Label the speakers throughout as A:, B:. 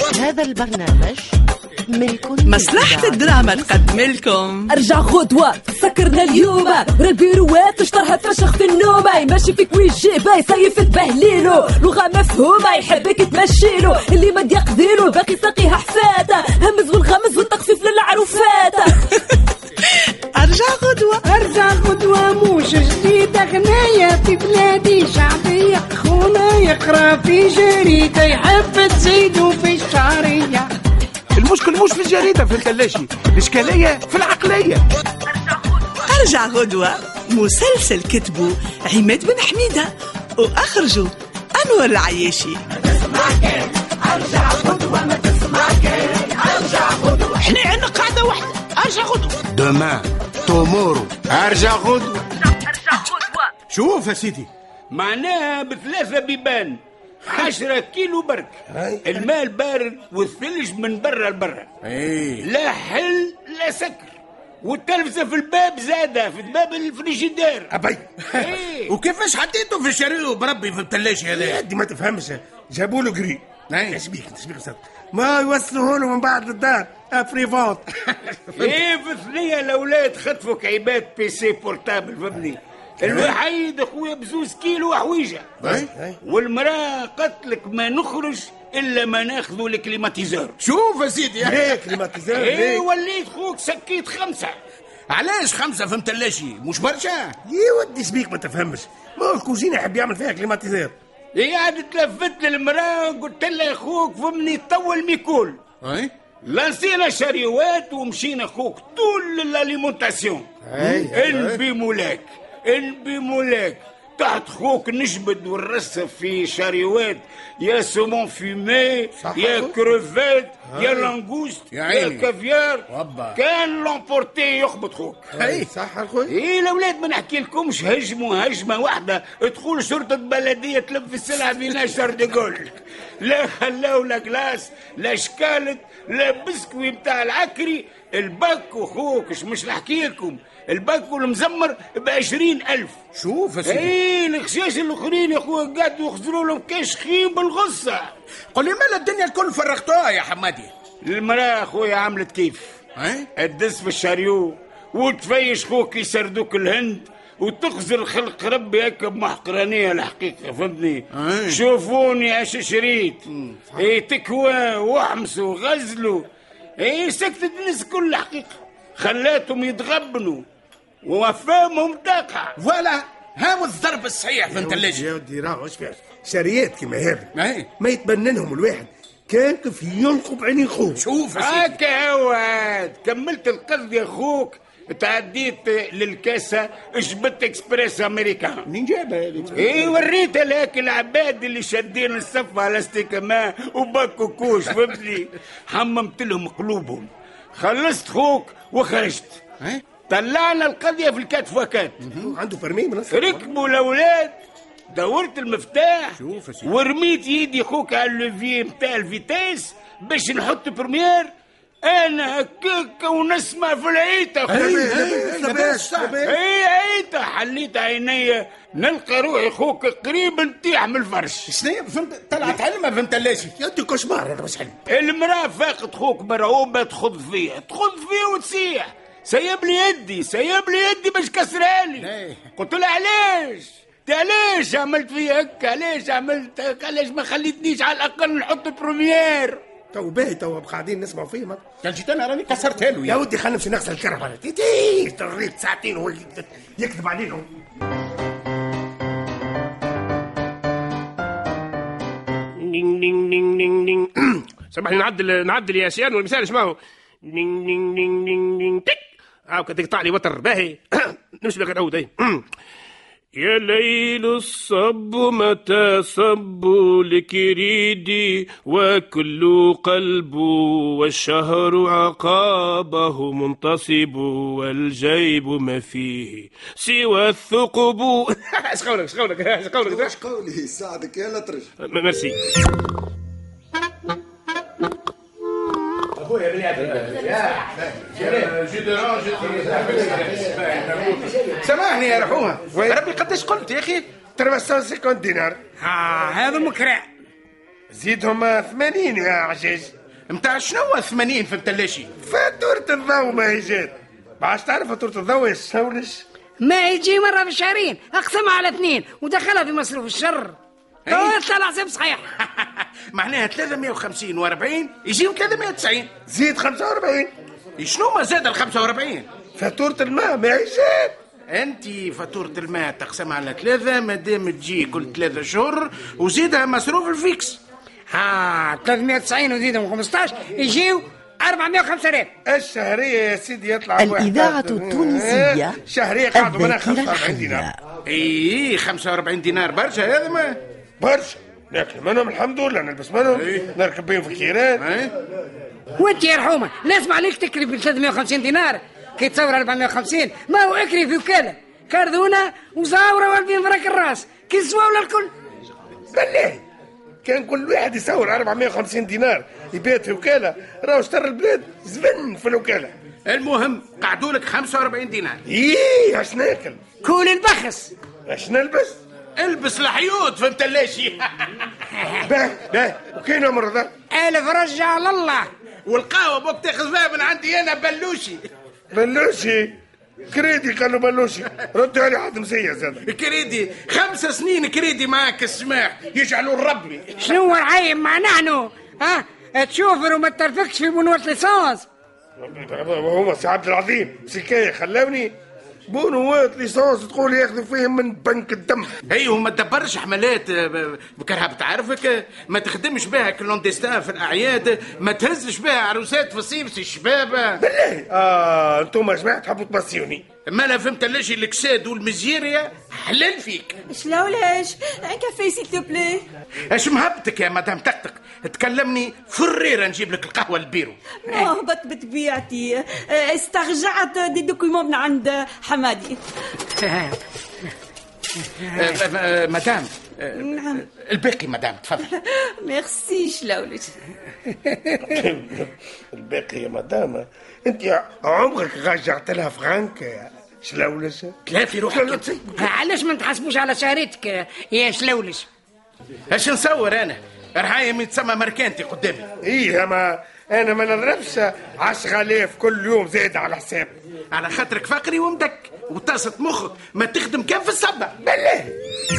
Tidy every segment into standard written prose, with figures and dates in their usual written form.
A: هذا البرنامج ملكم.
B: مصلحة الدراما تقدم لكم
C: ارجع غدوة سكرنا اليوم راه البيروات اشطرها تفشخ في النوم ماشي فيك ويجيبها يصيف تبهليلو لغة مفهومة يحبك تمشيلو اللي ما يقديلو باقي ساقيها حفاتة همز والغمز والتخفيف للعروفات.
B: ارجع غدوة
D: ارجع غدوة موش جديدة غناية في بلادي شعبية خونا يقرا في جريدة يحب تزيدو في الشعرية.
E: المشكل مش في الجريدة في الثلاجة، الإشكالية في العقلية.
B: ارجع غدوة مسلسل كتبه عماد بن حميدة واخرجه انور العياشي.
D: ارجع غدوة ما تسمع كلام ارجع غدوة
E: احنا عندنا قاعدة واحدة، ارجع غدوة
F: دومان تومورو
E: ارجع غدوة.
F: شوف يا سيدي
G: معناها بثلاثة بيبان 10 كيلو برك. الماء البارد والثلج من برا لبرا، لا حل لا سكر، والتلفزة في الباب زادة في باب الفريجيدير
F: أبي. وكيفاش حطيته في الشرير بربي في الثلاجة هذا؟
H: دي ما تفهمش، جابوا له قري تشبيك ما يوصلوه له من بعد الدار افريفونت.
G: ايه في ثنية الاولاد خطفوك عباد بي سي بورتابل فهمني. الوحيد اخويا بزوز كيلو حويجه، والمراه قتلك ما نخرج الا ما ناخذوا الكليماتيزور.
F: شوف يا سيدي
H: ليه كليماتيزور؟
G: ايه وليت خوك سكيت 5.
F: علاش 5 في الثلاجة مش برشا؟
H: يا ودي شبيك ما تفهمش، ما هو الكوزينة يحب يعمل فيها كليماتيزور.
G: هي عاد تلفت للمراه قلت لها يا خوك فهمني طول ميكول. لانسينا شريوات ومشينا خوك طول لاليمونتاسيون. انبي مولاك تحت خوك نجبد والرصف في شريوات يا سومون فيمي يا كروفيت يا لانغوست يا كافيار. كان لامبورتي يخبط خوك.
H: صح الخوي.
G: الاولاد ما نحكي لكمش هجمه واحده تدخل شرطه بلديه تلف السلعه في ناشر ديغول. لا خلاو لا كلاس لا شكالت لا بسكوي بتاع العكري. الباكو خوك مش نحكي لكم، الباكو المزمر ب20,000.
F: شوف يا سيدي
G: الخشاش الاخرين يا اخويا قاعدوا يخزروا لهم كاشخين بالغصه.
F: قل لي مال الدنيا الكل فرغتوها يا حمادي؟
G: المراه اخويا عملت كيف؟ تدس في الشاريو وتفيش خوك يسردوك الهند وتخزر خلق ربي هكا بمحقرانيه الحقيقه فهمتني. شوفوني يا شريت تكوى وحمسوا غزلوا سكتت الناس كل الحقيقه، خلاتهم يتغبنوا ووفامهم تقع.
F: ولا هاو الضرب الصحيح في الثلاجة
H: يا ودي راهو اش فيها شريات كيما هذا ما يتبننهم الواحد كان كيف ينقب عيني خوك.
F: شوف
G: هكا هو كملت القصد يا خوك. تعديت للكاسة جبت اكسبريس امريكان.
F: منين جابها؟
G: وريتها لك العباد اللي شادين الصف على استكما وباكو كوش فهمتني. حممت لهم قلوبهم، خلصت خوك وخرجت. طلعنا القضية في الكتف وكات.
H: عنده برمي من
G: ركبوا الاولاد، دورت المفتاح ورميت يدي خوك على اللوفي متاع الفيتاس باش نحط برميير. انا هكاك ونسمع في العيطه. عيطه حليت عيني نلقى روحي خوك قريب نطيح من الفرش.
F: شنو فهمت؟ طلعت علمها في الثلاجة
H: يا ودي كشمار هذا مش حلم.
G: المراه فاقت خوك مرعوبه تخض فيها وتصيح سيب لي يدي باش كسرها لي. قلت له علاش عملت فيها هكا؟ علاش ما خليتنيش على الاقل نحط بريمير؟
H: تو باهي تو قاعدين نسمعوا فيه
F: كان جيت انا راني كسرتها له.
H: يا ودي خلينا نمشي نغسل الكرهبه. تريت ساعتين هو يكذب عليهم.
I: دين دين دين دين دين. سامحني نعدل يا سيان والمثال اسمعوا. دين دين دين دين دين تك. تقطع لي وتر باهي. نمشي بك نعود. يا ليل الصب متى صب لك ريدي وكل قلب والشهر عقابه منتصب والجيب ما فيه سوى الثقب.
J: اش قولي ساعدك يا لطرش.
I: ميرسي
E: اخويا سامحني يا رحومه ربي قداش قلت يا اخي؟
H: 350 دينار.
E: هذا مكرع
H: زيدهم 80 يا عجاج.
F: متاع شنو 80 في التلاشي؟
H: فاتورة الضوء ما هي جات. باش تعرف فاتورة الضوء يا شلولش؟
D: ما يجي مرة في الشهرين، اقسمها على 2 ودخلها في مصروف الشر. طلع حساب صحيح.
F: معناها 350 و40 يجيو 390.
H: زيد 45.
F: شنو ما زاد ال 45؟
H: فاتورة الماء ما هي جات.
F: انت فاتورة الماء تقسمها على 3 مادام تجي كل 3 شهور وزيدها مصروف الفيكس.
D: 390 وزيدهم 15 يجيو 405,000.
H: الشهرية يا سيدي يطلع
A: الإذاعة التونسية
H: شهرية قاعدوا منها 45 دينار.
F: اي 45 دينار برشا هذا ما
H: برشا. ناكل منهم الحمد لله، نلبس منهم، نركب بهم في الكيران.
D: وانت يا رحومة لازم عليك تكري ب 350 دينار كي تصور 450. ما هو اكري في وكالة كاردونة وزاورة والبين براك الراس كي الزواولة الكل.
H: بالله كان كل واحد يصور 450 دينار يبيت في وكالة راهو اشترى البلاد زبن في الوكالة.
F: المهم قعدوا لك 45 دينار.
H: ايه اش ناكل؟
D: كول البخس.
H: اش نلبس؟
F: البس الحيوط في التلاشي.
H: باه وكاين امر ذا
D: 1000 رجع لله.
F: والقهوة بوك تاخذ فيها من عندي انا بلوشي.
H: بلوشي كريدي كانوا بلوشي. ردوا علي حد مسيح زاد.
F: كريدي 5 سنين كريدي معاك السماح يجعلوا ربي.
D: شنو العيب مع نحن؟ تشوفر وما ترفقش في بنوة ليسانس.
H: هما سي عبد العظيم سكاية خلاوني بنوات ليسانس تقول ياخذوا فيهم من بنك الدم.
F: اي وما تدبرش حملات بكرهها بتعرفك، ما تخدمش بها كلونديستان في الاعياد، ما تهزش بها عروسات في الصيف الشباب.
H: بالله انتم جماعه تحبوا تبصيوني.
F: ما لا فهمت ليش الاكساد والمزيريا حلال فيك.
C: شلولاش ان كافي سيل تو بلي.
F: اش مهبتك يا مدام تقطق تكلمني فريرة نجيب لك القهوة البيرو.
C: هبط بطبيعتي استرجعت دي دوكيومون من عند حمادي.
F: مدام الباقي مدام تفضل.
C: ميرسي شلولش.
H: الباقي يا مدام انت عمرك رجعت لها فرانك يا شلولش؟
F: لا في روحك.
D: علاش ما نتحاسبوش على شهرتك يا شلولش؟
F: اش نصور انا رهاية من تسمى مركانتي قدامي.
H: ايه انا ما نضربش 10,000 كل يوم زائد على حساب.
F: على خاطرك فقري ومدك وطاسة مخك ما تخدم كان في الصبة.
H: بالله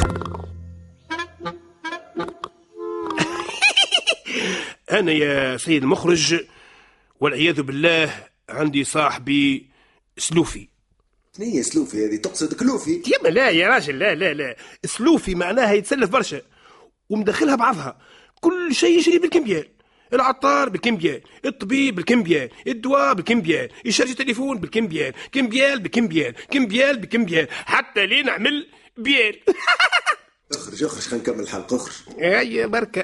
I: أنا يا سيد المخرج والعياذ بالله عندي صاحبي سلوفي.
J: شنية سلوفي هذه؟ تقصد كلوفي؟
I: يما لا يا راجل، لا سلوفي معناها يتسلف برشا ومدخلها بعضها. كل شيء يشري بالكمبيال، العطار بالكمبيال، الطبيب بالكمبيال، الدواء بالكمبيال، يشري تليفون بالكمبيال، كمبيال بكمبيال، كمبيال بكمبيال، حتى لين نعمل بيال.
J: اخرج خلينا نكمل الحلقة. اخرج.
I: هيا بركة.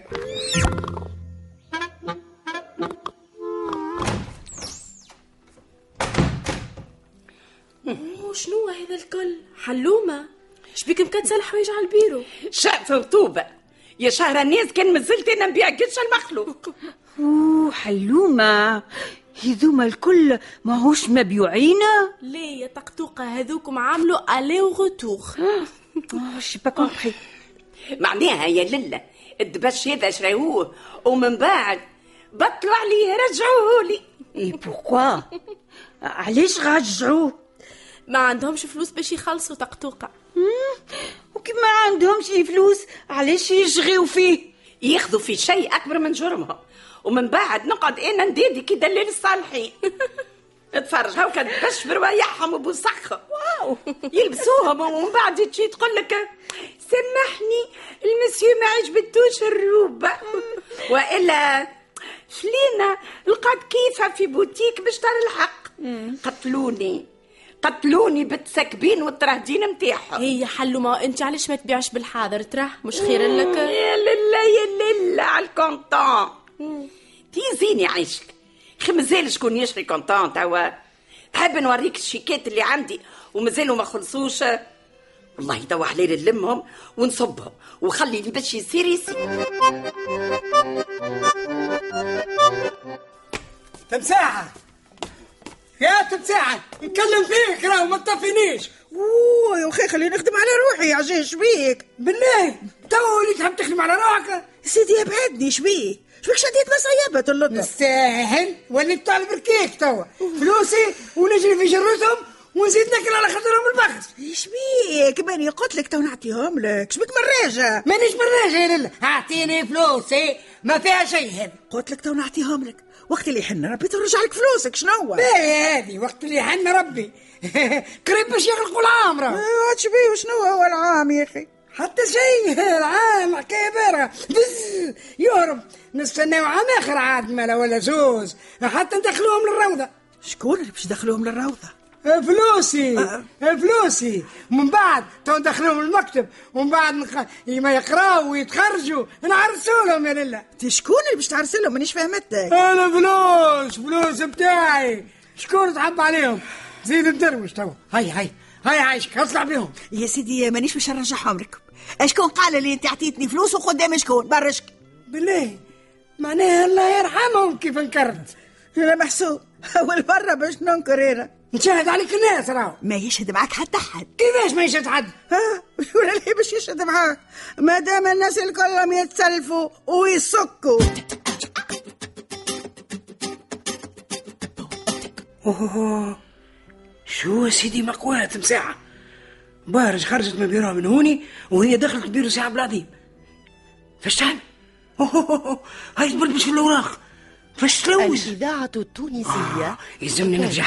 K: شنو هذا الكل؟ حلومة شبيك مكتسة الحوايج على البيرو؟
L: شقفة وطوبة يا شهر الناس كان مازلت انا نبيع قدش المخلوق.
C: حلومة هذوما الكل ماهوش مبيوعين؟
K: ليه يا طقطوقة هذوكم عاملوا الي وغتوغ.
C: شي با كومبري.
L: معناها يا لله الدبش هذا شراوه ومن بعد بطلوا عليه رجعوه لي.
C: اي بوركوا؟ علاش رجعوه؟
K: ما عندهمش فلوس باش يخلصوا طقطوقة.
C: وكي ما عندهمش فلوس علاش يشغيو فيه؟
L: ياخذوا في شيء اكبر من جرمهم ومن بعد نقعد انا نديدي كي دليل الصالحين. اتفرج هاو كان باش بروايحهم وبوسخهم يلبسوهم ومن بعد تجي تقول لك سمحني المسيو ما عجبتوش الروبه والا فلينا لقات كيفها في بوتيك باش ترى الحق. قتلوني بالتسكبين والترهدين متاعهم.
K: هي حلو ما انت علاش ما تبيعش بالحاضر تراه مش خير لك؟
L: يا لله على الكونطون تيزيني عيشك مازال شكون يشري كونطون توا. تحب نوريك الشيكات اللي عندي ومازالوا ما خلصوش؟ والله توا حليل نلمهم ونصبهم وخلي اللي باش يصير.
D: تمساحة يا تمساحة نكلم فيك راهو ما تطفينيش.
B: يا اخي خليني نخدم على روحي يا عجيش بيك
D: بالله تو اللي تحب تخدم على روحك.
A: سيدي ابعدني شبيك شديت مصيبة اللطة.
D: نستاهل ولا طالب ركيك توا فلوسي ونجري في جرتهم ونزيد ناكل على خاطرهم البخس.
A: شبيك باني قلت لك تو نعطيهم لك. شبيك مراجة؟
D: مانيش مراجة يا لله. اعطيني فلوسي ما فيها شيء. هذا
A: قلت لك تو نعطيهم لك. وقت اللي حن ربي ترجع لك فلوسك. شنو
D: باهي هذه وقت اللي حن ربي قريب باش يغلقوا العام. راه
A: شبيه وشنو هو العام يا اخي؟
D: حتى شيء. العام حكايه بارغه بز يهرب. نستناو عام اخر عاد مالا ولا زوز حتى ندخلوهم للروضه.
A: شكون اللي باش يدخلوهم للروضه؟
D: فلوسي من بعد تو ندخلوهم المكتب ومن بعد ما يقراوا ويتخرجوا نعرسوا لهم يا لله.
A: شكون اللي باش تعرس لهم؟ مانيش فهمتك.
D: انا فلوس بتاعي. شكون تحب عليهم؟ زيد الدروش تو. هاي عايشك اطلع بهم
A: يا سيدي. مانيش باش نرجعهم لكم. شكون قال لي انت عطيتني فلوس وقدام شكون؟ برشك
D: بالله. معناها الله يرحمهم كيف انكرت.
A: انا محسوب اول مره باش ننكر. هنا
D: نشاهد عليك الناس. راهو
A: ما يشهد معك حتى حد.
D: كيفاش ما يشهد حد؟
A: ولا ليه باش يشهد معك ما دام الناس الكلهم يتسلفوا ويسكوا.
D: شو سيدي مقوات مساحة بارج خرجت من بيروها من هوني وهي دخلت بيرو ساعة بالعظيم. فاش تعمل؟ هاي تبلبش في الأوراق. فاش تلوث؟
A: الإذاعة التونسية
D: يلزمني نرجع.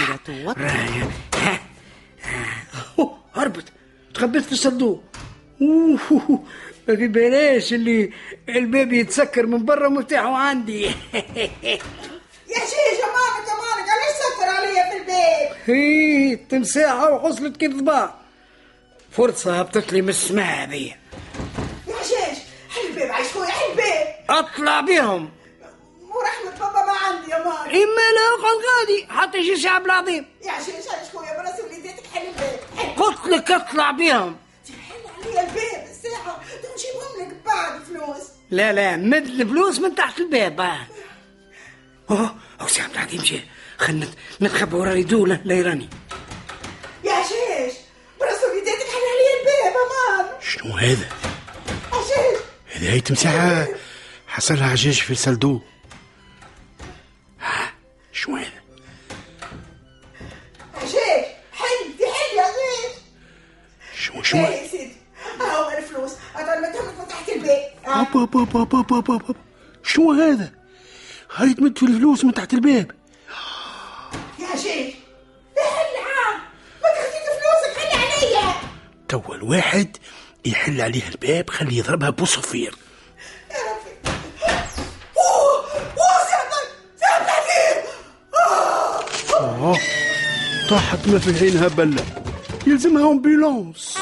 D: هربت تخبيت في الصندوق. ما في بلاش اللي الباب يتسكر من برا مفتاحه عندي.
A: يا شيخ مالك علاش سكر عليا في البيت؟
D: هي تمساحة وحصلت كذبة. فرصة هبطت لي من السماء بيا.
A: يا شيخ حل الباب. عايش خويا حل الباب.
D: اطلع بهم
A: ورحمة بابا ما عندي يا مالك.
D: إما لا اقعد غادي حتى يجي الشعب العظيم.
A: يا شيخ عايش خويا براسي وليداتك حل الباب.
D: قلت لك اطلع بهم.
A: حل عليا الباب الساعة نجيبهم لك بعد فلوس.
D: لا مد الفلوس من تحت الباب. ساعة العظيم جاء. خلنا نتخبى ورا ريدوله لا يراني.
A: يا شيش براسي وليداتك حل عليا الباب يا مالك.
I: شنو هذا؟
A: يا شيش
I: هذه هي تمساحة حصلها عجاج في الصندوق. شنو هذا؟
A: يا شيش حل يا شيش.
I: شنو
A: يا سيدي هاو الفلوس أطلمتهم من تحت الباب.
I: أوب. شنو هذا؟ هاي تمد في الفلوس من تحت الباب.
A: يا شيخ حل عام ما تخديك فلوسك. حل عليا.
I: توا الواحد يحل عليه الباب خليه يضربها بوصفير.
A: يا ربي. سيبت عليه.
I: طاحت ما في عينها بلة. يلزمها امبولانس.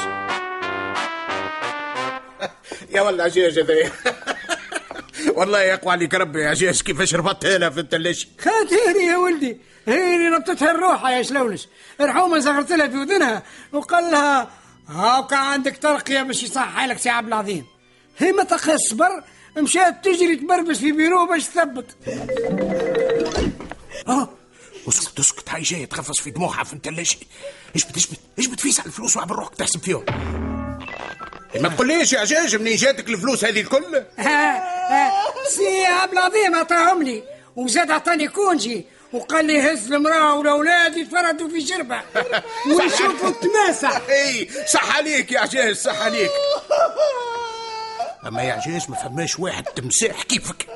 F: يا والله عجاج هذا. والله يقوى عليك ربي يا عجاج كيفاش ربطتها لها في التلاش.
D: خاتيني يا ولدي. هيني ربطتها الروحة يا شلولش. الحومة زغرت لها في وذنها وقال لها هاكا عندك ترقية باش يصحي لك ساعة بالعظيم. هي ما تخصبر مشات تجري تبربش في بيرو باش تثبت.
F: اسكت هاي جاية تخفص في دموعها في التلاش. اجبت فيس على الفلوس وعبر روحك تحسب فيهم. ما تقوليش يا عجاج منين جاتك الفلوس هذه الكل؟
D: سي عبد العظيم عطاهم لي وزاد عطاني كونجي وقال لي هز المراه والاولاد يتفردوا في شربه ويشوفوا التماسح.
F: اي صح عليك يا عجاج صح عليك. اما يا عجاج ما فماش واحد تمساح كيفك.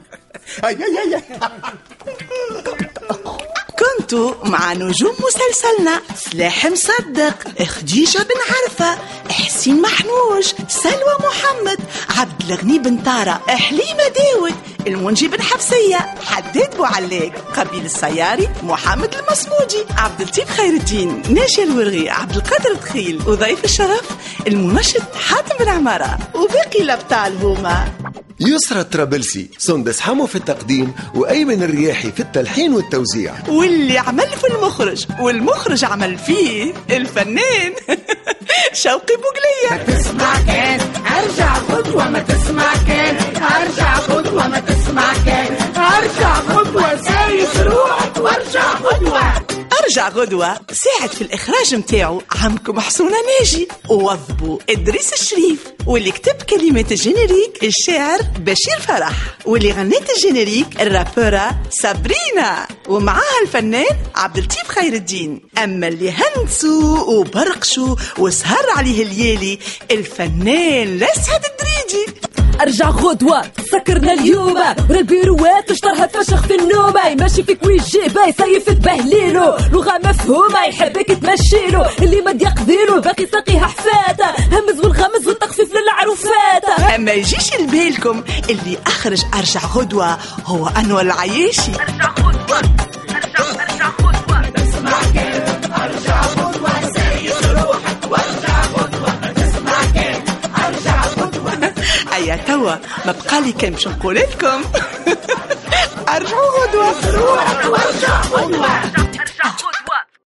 B: كنتوا مع نجوم مسلسلنا سلاح مصدق، خديجة بن عرفة، حسين محنوج، سلوى محمد، عبد الغني بن طارة، حليمة داود، المنجي بن حفصية، حداد بوعلاق، قبيل السياري، محمد المصمودي، عبد اللطيف خير الدين، ناشي الورغي، عبد القادر الدخيل، وضيف الشرف المنشط حاتم بن عمارة، وباقي الأبطال هما
J: يسرى الطرابلسي، سندس حمو في التقديم، وأيمن الرياحي في التلحين والتوزيع،
B: واللي عمل في المخرج والمخرج عمل فيه الفنان شوقي بوغلية.
M: ما تسمع كان ارجع خطوة، ما تسمع كان ارجع خطوة، ما تسمع كان ارجع خطوة، سايس روحك وارجع خطوة.
B: ارجع غدوة ساعد في الإخراج متاعو عمكم حسونة ناجي، ووظبوا إدريس الشريف، واللي كتب كلمات الجينيريك الشاعر بشير فرح، واللي غنت الجينيريك الرابورة سابرينا، ومعاها الفنان عبد اللطيف خير الدين. أما اللي هنسوا وبرقشوا وسهر عليه الليالي الفنان لسعد الدريدي.
C: ارجع غدوة سكرنا اليوم ورا البيروات اشطرها تفشخ في النوم، ماشي فيك ويجي باي سيف تبهليلو، لغة مفهومة يحبك تمشيلو، اللي ما يقديلو باقي ساقيها حفاتة، همز والغمز والتخفيف للعروفات.
B: أما يجيش لبالكم اللي أخرج أرجع غدوة هو أنور العياشي.
M: ارجع غدوة ارجع غدوة تسمع كلام، ارجع غدوة سيس روحك، وارجع غدوة تسمع كلام، ارجع غدوة.
B: أيا توا ما بقالي كان باش نقول لكم ارجعوا غدوة
M: روحك وارجع غدوة.